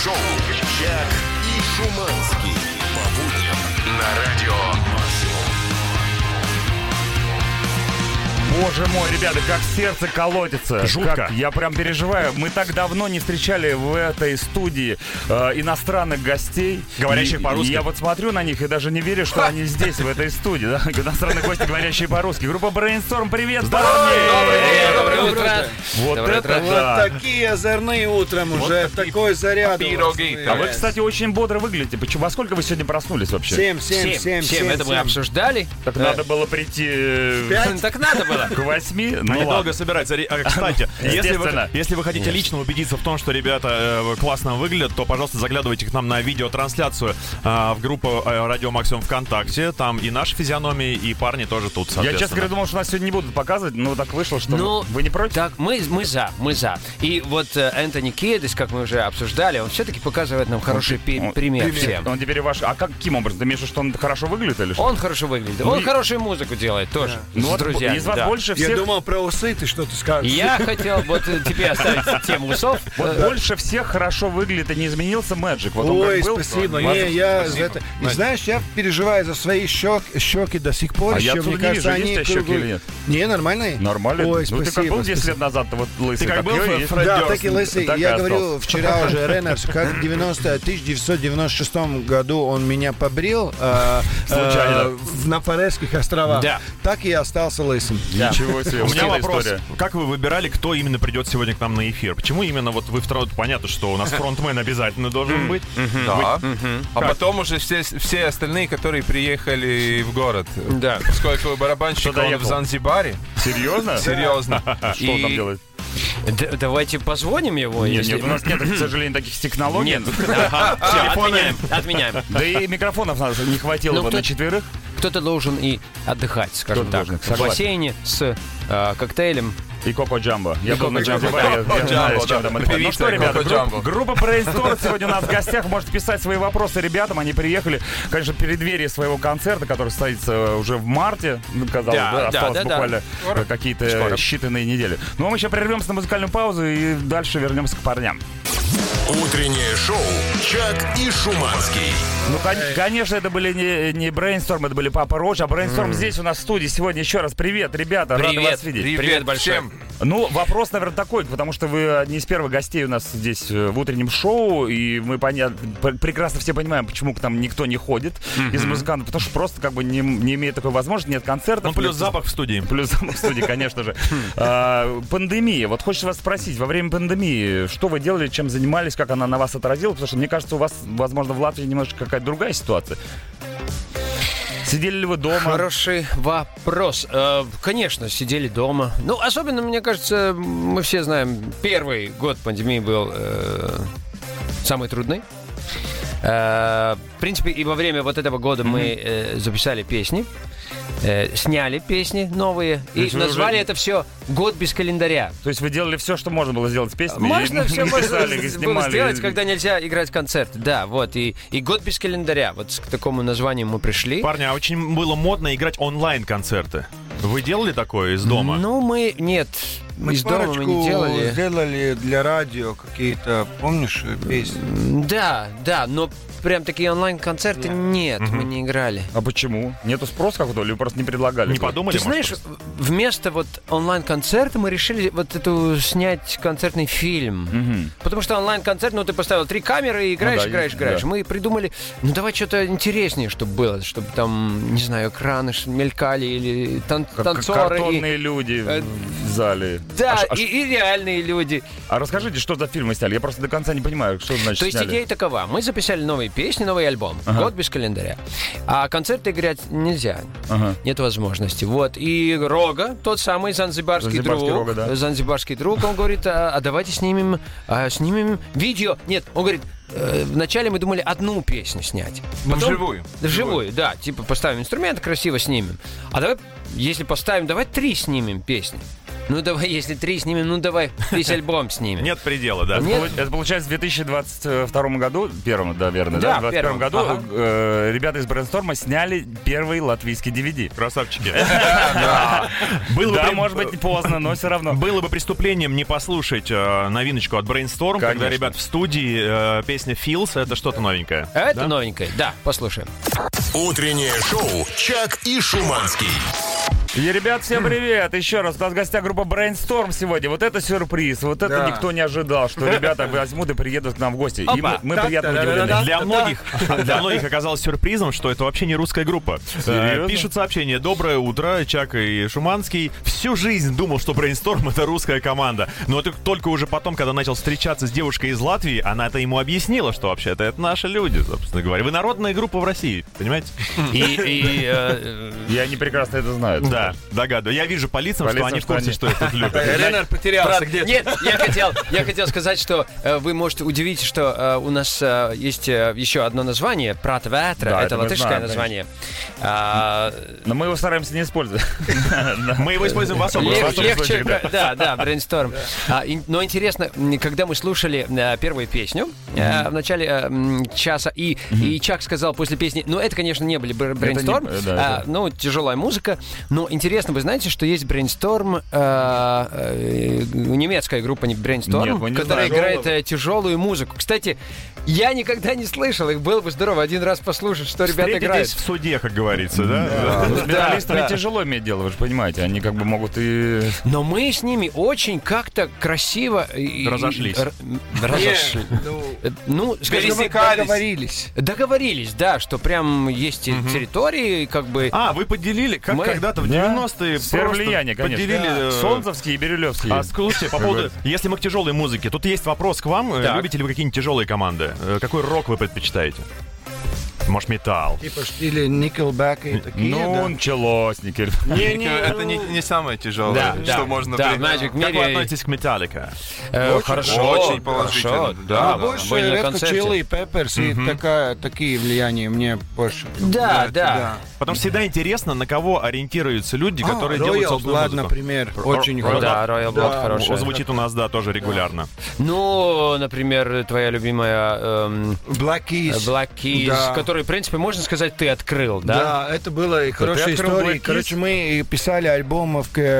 шоу «Чак и Шуманский». По будням на радио «Максимум». Боже мой, ребята, как сердце колотится. Жутко. Я прям переживаю. Мы так давно не встречали в этой студии иностранных гостей. Говорящих по-русски. Я вот смотрю на них и даже не верю, что они здесь, в этой студии. Да? Иностранные гости, говорящие по-русски. Группа Brainstorm, привет, парни! Доброе утро. Вот Доброе это утро. да. Вот такие озорные утром уже, такой заряд. пироги. А вы, кстати, очень бодро выглядите. Почему? Во сколько вы сегодня проснулись вообще? 7. Это мы обсуждали. Так надо было прийти Так надо было. к 8. Они долго собираются. Кстати, Естественно. если вы хотите лично убедиться в том, что ребята классно выглядят, то, пожалуйста, заглядывайте к нам на видеотрансляцию в группу Радио Максимум ВКонтакте. Там и наши физиономии, и парни тоже тут, Я, соответственно. честно говоря, думал, что нас сегодня не будут показывать, но так вышло, что вы не против? Так, мы за. И вот Энтони Кидис, как мы уже обсуждали, он все-таки показывает нам хороший пример всем. Он теперь ваш... А каким образом? Ты имеешь в виду, что он хорошо выглядит или что? Он хорошо выглядит. Он хорошую музыку делает тоже. Ну С вот друзьями. из вас да. больше Я всех... думал про усы ты что-то скажешь. Я хотел вот тебе оставить тему усов. Вот больше всех хорошо выглядит и не изменился Magic. Вот он Ой, как был, спасибо. вас- Не, я это... И знаешь, я переживаю за свои щеки до сих пор. А я еще, отсюда мне не кажется, вижу, есть у тебя щеки или нет? Не, нормальные? Нормально. Ой, Ну ты как был 10 лет назад, ты вот лысый. Ты как был, я и есть. Фред Да, Дёрст? так и лысый. Так и Я остался. говорю вчера уже Ренерс, как в 1996 году он меня побрил Случайно. на Фарерских островах. Да. Так и я остался лысым. Ничего себе. У меня целая вопрос. история. Как вы выбирали, кто именно придет сегодня к нам на эфир? Почему именно вот вы второй? Понятно, что у нас фронтмен обязательно должен быть. Да. А потом уже все остальные, которые приехали в город. Да. Поскольку барабанщик Кто он доехал? в Занзибаре. Серьезно? Серьезно. Что он там делает? Давайте позвоним его. Нет, если- нет, у нас нет, к сожалению, таких технологий. Нет. Ага, всё, отменяем. Да и микрофонов не хватило Ну, бы кто- на четверых. Кто-то должен и отдыхать, скажем Кто-то так, должен, в согласен. бассейне с коктейлем. И Коко Джамбо. Я был на Коко Джамбо. Занзибаре, я знаю, с чем там это. Ну Певица что, ребята, Коко Джамбо. группа Brainstorm сегодня у нас в гостях. Можете писать свои вопросы ребятам. Они приехали, конечно, в преддверии своего концерта, который состоится уже в марте. Ну, казалось, Да, осталось да. буквально какие-то считанные недели. Ну а мы сейчас прервемся на музыкальную паузу и дальше вернемся к парням. Утреннее шоу «Чак и Шуманский». Ну, конечно, это были не Brainstorm, это были Папа Роч, а Brainstorm здесь у нас в студии сегодня. Еще раз привет, ребята, рады вас видеть. Привет большой. всем. Ну, вопрос, наверное, такой, потому что вы одни из первых гостей у нас здесь в утреннем шоу, и мы прекрасно все понимаем, почему к нам никто не ходит из музыкантов, потому что просто как бы не имеет такой возможности, нет концертов. Ну, плюс нет- запах в студии. Плюс запах в студии, конечно же. Пандемия. Вот хочется вас спросить, во время пандемии, что вы делали, чем занимались, как она на вас отразилась? Потому что, мне кажется, у вас, возможно, в Латвии немножко какая-то другая ситуация. Сидели ли вы дома? Хороший вопрос. Конечно, сидели дома. Ну, особенно, мне кажется, мы все знаем, первый год пандемии был самый трудный. В принципе, и во время вот этого года мы записали песни, сняли песни новые и есть вы назвали уже- это все «Год без календаря». То есть вы делали все, что можно было сделать с песнями? Можно и все писали, и было снимали, сделать, и- когда нельзя играть концерты. Да, вот. И «Год без календаря». Вот к такому названию мы пришли. Парни, а очень было модно играть онлайн-концерты. Вы делали такое из дома? Ну, мы... Нет, Мы из дома мы не парочку делали. сделали для радио какие-то, помнишь, песни? Да, но прям такие онлайн-концерты нет, мы не играли. А почему? Нету спроса какого-то, или вы просто не предлагали? Не подумали, Ты может, знаешь, вместо вот онлайн-концерта мы решили вот эту снять концертный фильм. Мгм. Потому что онлайн-концерт, ну, ты поставил 3 камеры и играешь, Ну да, играешь. да. Мы придумали, ну, давай что-то интереснее, чтобы было, чтобы там, не знаю, экраны мелькали или Как танцоры. картонные люди в зале. Да, А и реальные люди. а расскажите, что за фильм вы сняли? Я просто до конца не понимаю, что значит То есть сняли. идея такова. Мы записали новые песни, новый альбом. Ага. «Год без календаря». А концерты играть нельзя. Ага. Нет возможности. Вот. И Рога, тот самый занзибарский друг. Рога, да. Занзибарский друг, он говорит, а давайте снимем видео. Нет, он говорит, вначале мы думали одну песню снять. Вживую. Вживую, да. Типа поставим инструмент, красиво снимем. А давай, если поставим, давай 3 снимем песни. Ну давай, если 3 снимем, ну давай весь альбом снимем. Нет предела, да. Нет. Это получается в 2022 году, первом, наверное, Да, в 2021 первом. году Ага. ребята из Brainstorm сняли первый латвийский DVD. Красавчики. Да, может быть, поздно, но все равно. Было бы преступлением не послушать новиночку от Brainstorm, когда Конечно. ребят в студии песня Feels, это что-то новенькое. Это новенькое. Да, послушаем. Утреннее шоу «Чак и Шуманский». И, ребят, всем привет! Еще раз, у нас в гостях группа Brainstorm сегодня. Вот это сюрприз, вот это Да. никто не ожидал, что ребята возьмут и приедут к нам в гости. И Опа. мы приятно удивлены. Для многих оказалось сюрпризом, что это вообще не русская группа. Серьезно? Пишут сообщение: «Доброе утро, Чак и Шуманский. Всю жизнь думал, что Brainstorm — это русская команда. Но это только уже потом, когда начал встречаться с девушкой из Латвии, она-то ему объяснила, что вообще-то это наши люди, собственно говоря. Вы народная группа в России, понимаете?» И они прекрасно это знают. Да, догадываюсь. Я вижу по лицам, По что лицам, они в что курсе, они- что это люди. Ренар потерялся где-то. Нет, я хотел сказать, что вы можете удивить, что у нас есть еще одно название, Прат Ветра, Да, это это мы латышское знаем, название. Но мы его стараемся не использовать. Мы его используем в особых случаях. Легче, да, Brainstorm. Но интересно, когда мы слушали первую песню в начале часа, и Чак сказал после песни, ну, это, конечно, не были Brainstorm, Это не- да, это- ну, тяжелая музыка, но интересно, вы знаете, что есть Brainstorm, немецкая группа Brainstorm, Нет, мы не которая знаем. играет тяжелую музыку. Кстати, я никогда не слышал их, было бы здорово один раз послушать, что ребята играют. Встретитесь в суде, как говорится, да? С металлистами да. тяжело иметь дело, вы же понимаете. Они как бы могут и... Но мы с ними очень как-то красиво... Разошлись. Разошлись. Ну, скажем, Договорились. договорились, да, что прям есть территории, как бы... Вы поделили, как Мы- когда-то в Да. 90-е Сфера просто влияния, конечно. поделили... Солнцевские и Бирюлевские. Слушайте, по поводу... Если мы к тяжелой музыке, тут есть вопрос к вам. Так. Любите ли вы какие-нибудь тяжелые команды? Какой рок вы предпочитаете? Может, металл? Типа или Nickelback и такие, Ну, началось, Никель. Это не самое тяжелое, Да, что да, можно да, принять. Magic Как вы Miri, относитесь к Металлика? хорошо, очень положительно. хорошо, Да, да, больше были на Red Hot концерте. Chili Peppers и такие влияния мне больше. Да. Потому что всегда интересно, на кого ориентируются люди, которые делают Royal собственную Blood, музыку. например, очень Royal Да, хорошо. Royal Blood Да. хорошая. Он звучит у нас, да, тоже регулярно. Ну, например, твоя любимая Black Keys. Black Keys, Да. который, в принципе, можно сказать, ты открыл, да? Да, это было и хорошая открыл история. Black Keys? Короче, мы писали альбом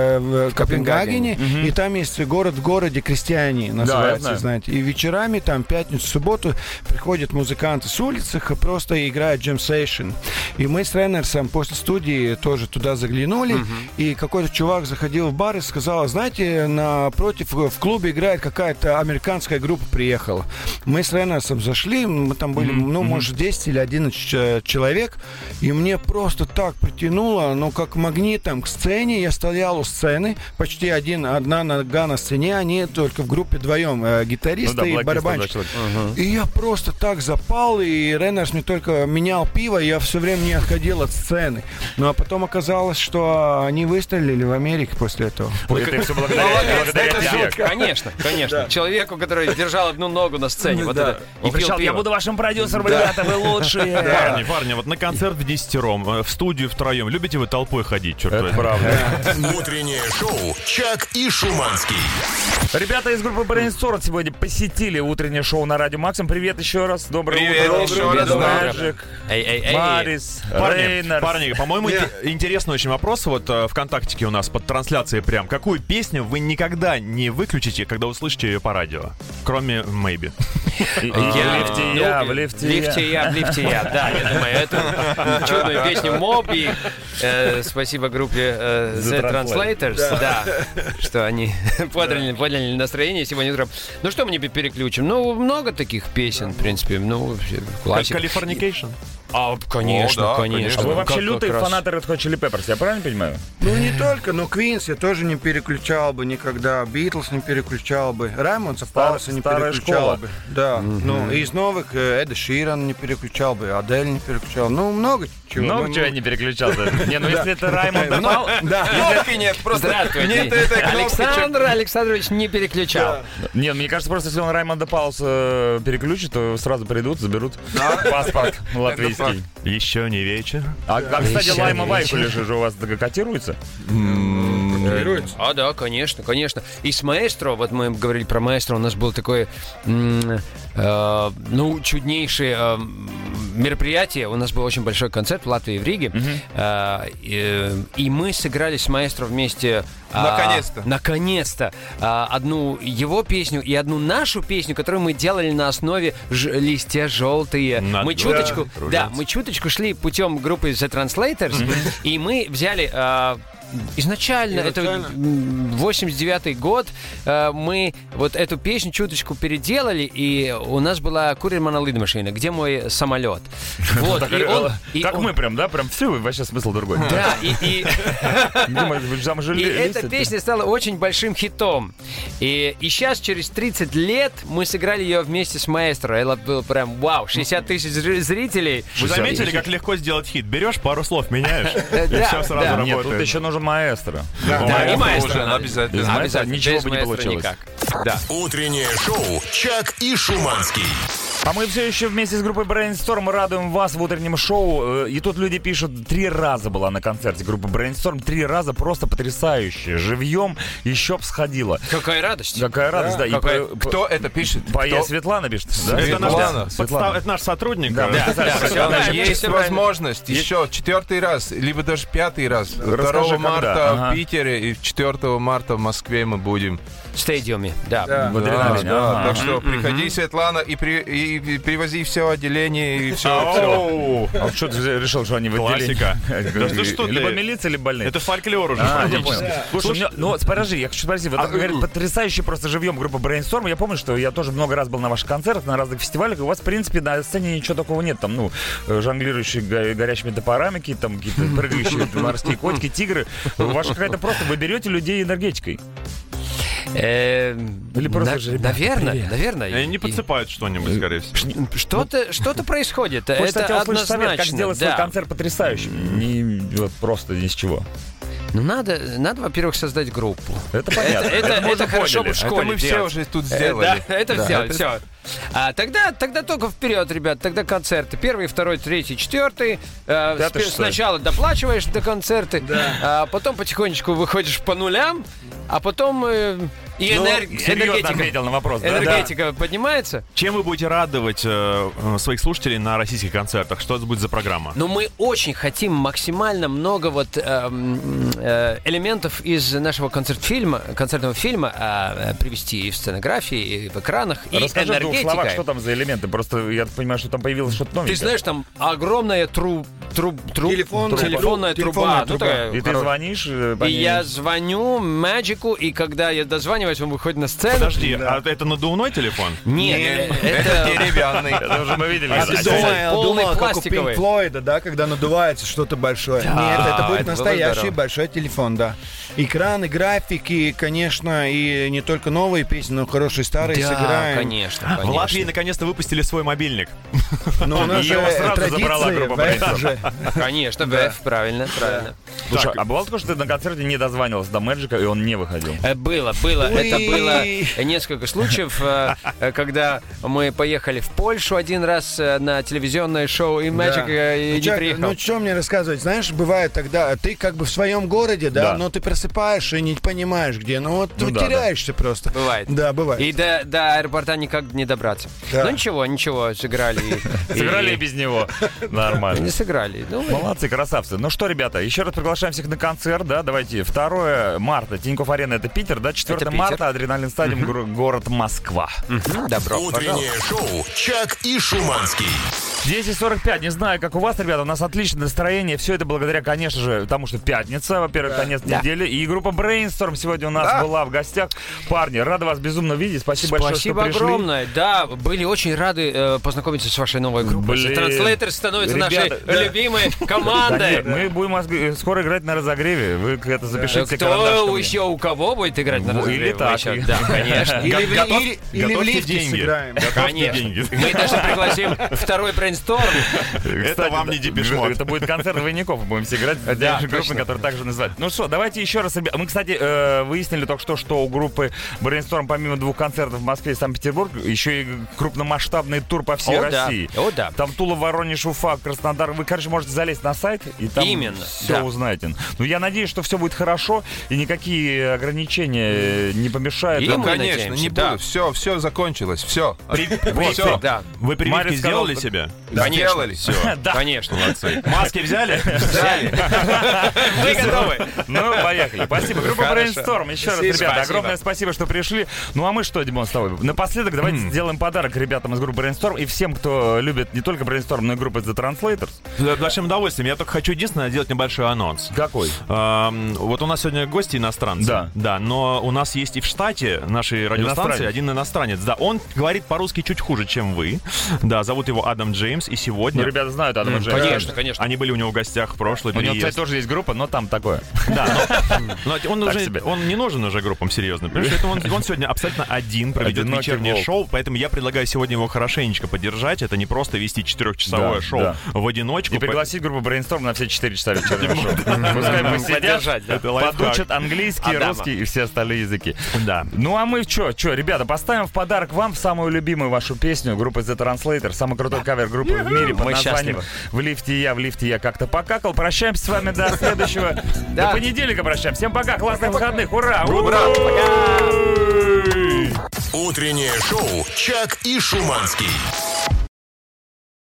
в Копенгагене, и там есть город в городе крестьяне, называется, знаю. знаете. И вечерами, там, пятницу, субботу, приходят музыканты с улицы, просто играют джем-сейшн. И мы с Реннерсом после студии тоже туда заглянули, и какой-то чувак заходил в бар и сказал: знаете, напротив в клубе играет какая-то американская группа, приехала. Мы с Реннерсом зашли, мы там были, может, 10 или 11 человек, и мне просто так притянуло, как магнитом к сцене. Я стоял у сцены, почти одна нога на сцене, они только в группе вдвоем, гитарист и барабанщик. И я просто так запал, и Реннерс мне только менял пиво, и я все время не отходил от сцены. Ну а потом оказалось, что они выстрелили в Америке после этого. Это все благодаря тебе. Конечно. Человеку, который держал одну ногу на сцене. Вот это. Он кричал: я буду вашим продюсером, ребята, вы лучшие. Парни, вот на концерт в 10-ром, в студию втроем, любите вы толпой ходить, черт Это возьми? правда. Утреннее шоу «Чак и Шуманский». Ребята из группы Brainstorm сегодня посетили утреннее шоу на Радио Максим. Привет еще раз. Доброе Привет утро. еще раз, да. Мэджик, Эй. Марис, Рейнард. Парни, по-моему, интересный очень вопрос. Вот ВКонтактике у нас под трансляцией прям. Какую песню вы никогда не выключите, когда услышите ее по радио? Кроме Maybe. В лифте я. Да, я думаю, эту чудную песню Моби. Спасибо группе The Translators, да, что они подняли настроение сегодня утром. Ну что мы не переключим? Ну, много таких песен, в принципе, классика. Californication. Конечно. А вы вообще лютые фанаты Red Hot Chili Peppers, я правильно понимаю? Ну, не только, но Квинс я тоже не переключал бы никогда, Битлз не переключал бы, Раймондса Пауэрса не старая переключал школа. бы. Да, ну, из новых Эда Ширан не переключал бы, Адель не переключал, ну, много чего. Много чего я не переключал. Не, ну если это Раймонд Пал... Кнопки нет, просто Здравствуйте. нет этой кнопки. Александр Александрович не переключал. Нет, мне кажется, просто если он Раймонда Пауса переключит, то сразу придут, заберут паспорт латвийский. Еще не вечер. А кстати, Еще Лайма не Вайкулиш же у вас котируется? Тренируется? Да, конечно. И с маэстро, вот мы говорили про маэстро, у нас был такое, чуднейшее мероприятие. У нас был очень большой концерт в Латвии, в Риге. И мы сыграли с маэстро вместе... Наконец-то. Одну его песню и одну нашу песню, которую мы делали на основе «Листья желтые». Мы чуточку шли путем группы The Translators, и мы взяли... Изначально, это 89-й год, мы вот эту песню чуточку переделали, и у нас была «Курьер-монолит-машина», где мой самолет. Вот, как мы прям, да? Прям все, вообще смысл другой. Да, и эта песня стала очень большим хитом. И сейчас, через 30 лет, мы сыграли ее вместе с маэстро. Это было прям вау, 60 тысяч зрителей. Вы заметили, как легко сделать хит? Берешь, пару слов меняешь, и все сразу работает. Нет, тут еще нужен маэстро. Да, и маэстро. Обязательно. Ничего бы не получилось. Да. Утреннее шоу «Чак и Шуманский». А мы все еще вместе с группой Brainstorm радуем вас в утреннем шоу. И тут люди пишут, 3 раза была на концерте группы Brainstorm, 3 раза просто потрясающе. Живьем еще б сходила. Какая радость. Какая радость, да. Кто это пишет? Светлана пишет. Да? Это наш сотрудник. Есть возможность еще 4-й раз, либо даже 5-й раз. 2 марта в Питере и 4 марта в Москве мы будем. В стадиуме, да. Так что приходи, Светлана, и привози все отделение и все. А что ты решил, что они в отделении? Классика. Либо милиция, либо больные. Это фольклор уже. Я понял. Слушай, подожди, я хочу спросить. Вот говорит, потрясающий просто живьем группа Brainstorm. Я помню, что я тоже много раз был на ваших концертах, на разных фестивалях. У вас, в принципе, на сцене ничего такого нет. Там, жонглирующие горящими топорами, какие-то прыгающие морские котики, тигры. Ваша какая-то просто, вы берете людей энергетикой. Или просто наверное. Они не подсыпают что-нибудь, скорее всего. Что-то происходит. Это однозначно. Совет, как сделать свой концерт потрясающим. Не просто ни с чего. Ну, надо, во-первых, создать группу. Это понятно. Это хорошо бы в школе. Это мы все уже тут сделали. Да, это сделали, все. Тогда только вперед, ребят. Тогда концерты. 1, 2, 3, 4. Сначала доплачиваешь до концерта, а потом потихонечку выходишь по нулям, а потом серьезно ответил на вопрос. Энергетика поднимается. Чем вы будете радовать своих слушателей на российских концертах? Что это будет за программа? Ну, мы очень хотим максимально много элементов из нашего концертного фильма привести и в сценографии, и в экранах, и расскажи энергетика. В 2 словах, что там за элементы? Просто я понимаю, что там появилось что-то новенькое. Ты знаешь, там огромная телефонная труба. И ты звонишь? И я звоню Мэджику, и когда я дозваниваюсь, он выходит на сцену. Подожди, а это надувной телефон? Нет, это деревянный. Это уже мы видели. Я думал, как у Pink Floyd, да, когда надувается что-то большое. Нет, это будет настоящий большой телефон, да. Экраны, графики, конечно, и не только новые песни, но хорошие старые сыграем. Конечно. В Латвии наконец-то выпустили свой мобильник. Но у нас же традиция. Конечно, ВЭФ, правильно. Слушай, а бывало такое, что ты на концерте не дозванивался до Мэджика, и он не выходил? Было. Это было несколько случаев, когда мы поехали в Польшу один раз на телевизионное шоу, и Мэджик не приехал. Ну, что мне рассказывать? Знаешь, бывает тогда, ты как бы в своем городе, да, но ты просыпаешь и не понимаешь, где. Ну, вот ты теряешься просто. Бывает. Да, бывает. И до аэропорта никак не добраться. Ну, ничего, сыграли. Сыграли и без него. Нормально. Не сыграли. Молодцы, красавцы. Ну что, ребята, еще раз приглашаем всех на концерт, да, давайте. 2 марта, Тинькофф Арена, это Питер, да, 4 марта, Адреналин Стадиум, город Москва. Добро, утреннее шоу «Чак и Шуманский». 10:45, не знаю, как у вас, ребята, у нас отличное настроение. Все это благодаря, конечно же, тому, что пятница, во-первых, конец недели. И группа Brainstorm сегодня у нас была в гостях. Парни, рада вас безумно видеть. Спасибо большое, что пришли. Спасибо огромное. Да, были очень рады познакомиться с вашей новой группой. Translators становится нашей любимой командой. Мы будем скоро играть на разогреве. Вы это запишите. Кто еще у кого будет играть на разогреве? Или так. Да, конечно. Или в лифте сыграем. Конечно. Мы даже пригласим второй Brainstorm. Это вам не Depeche Mode. Это будет концерт двойников. Будем все играть с группами, которые также называют. Ну что, давайте еще раз. Мы, кстати, выяснили только что у группы Brainstorm помимо 2 концертов в Москве и Санкт-Петербург, еще и крупномасштабный тур по всей России. О, да. Там Тула, Воронеж, Уфа, Краснодар. Вы, короче, можете залезть на сайт и там все узнаете. Ну, я надеюсь, что все будет хорошо и никакие ограничения не помешают. Да, конечно, не будет. Все закончилось. Все. Вы прививки сделали себе? Сделали. Все. Конечно. Молодцы. Маски взяли? Взяли. Вы готовы? Ну, поехали. Спасибо. Группа Brainstorm. Еще раз, ребята, огромное спасибо, что пришли. Ну, а мы что, Димон, с тобой? Напоследок давайте сделаем подарок ребятам из группы Brainstorm и всем, кто любит не только Brainstorm, но и группу The Translators. С большим удовольствием. Я только хочу единственное сделать небольшой анонс. Какой? Вот у нас сегодня гости иностранцы. Да. Да, но у нас есть и в штате нашей радиостанции один иностранец. Да, он говорит по-русски чуть хуже, чем вы. Да, зовут его Адам Джеймс. И сегодня... Ну, ребята знают Адама Джеймса. Конечно, конечно. Они были у него в гостях в прошлый У него, переезд. кстати, тоже есть группа, но там такое. Да, но он не нужен уже группам серьезно. Потому что он сегодня абсолютно один проведет вечернее шоу, поэтому я предлагаю сегодня его хорошенечко поддержать. Это не просто вести 4-часовое шоу в одиночку. И пригласить группу Brainstorm на все 4 часа вечернего шоу. Пускай посидят, подучат английский, русский и все остальные языки. Да. Ну а мы что, ребята, поставим в подарок вам самую любимую вашу песню группы The Translator, самый крутой кавер группы в мире под названием «В лифте я как-то покакал». Прощаемся с вами до следующего, до понедельника прощаемся. Всем пока, классных выходных, ура! Ура! Утреннее шоу «Чак и Шуманский».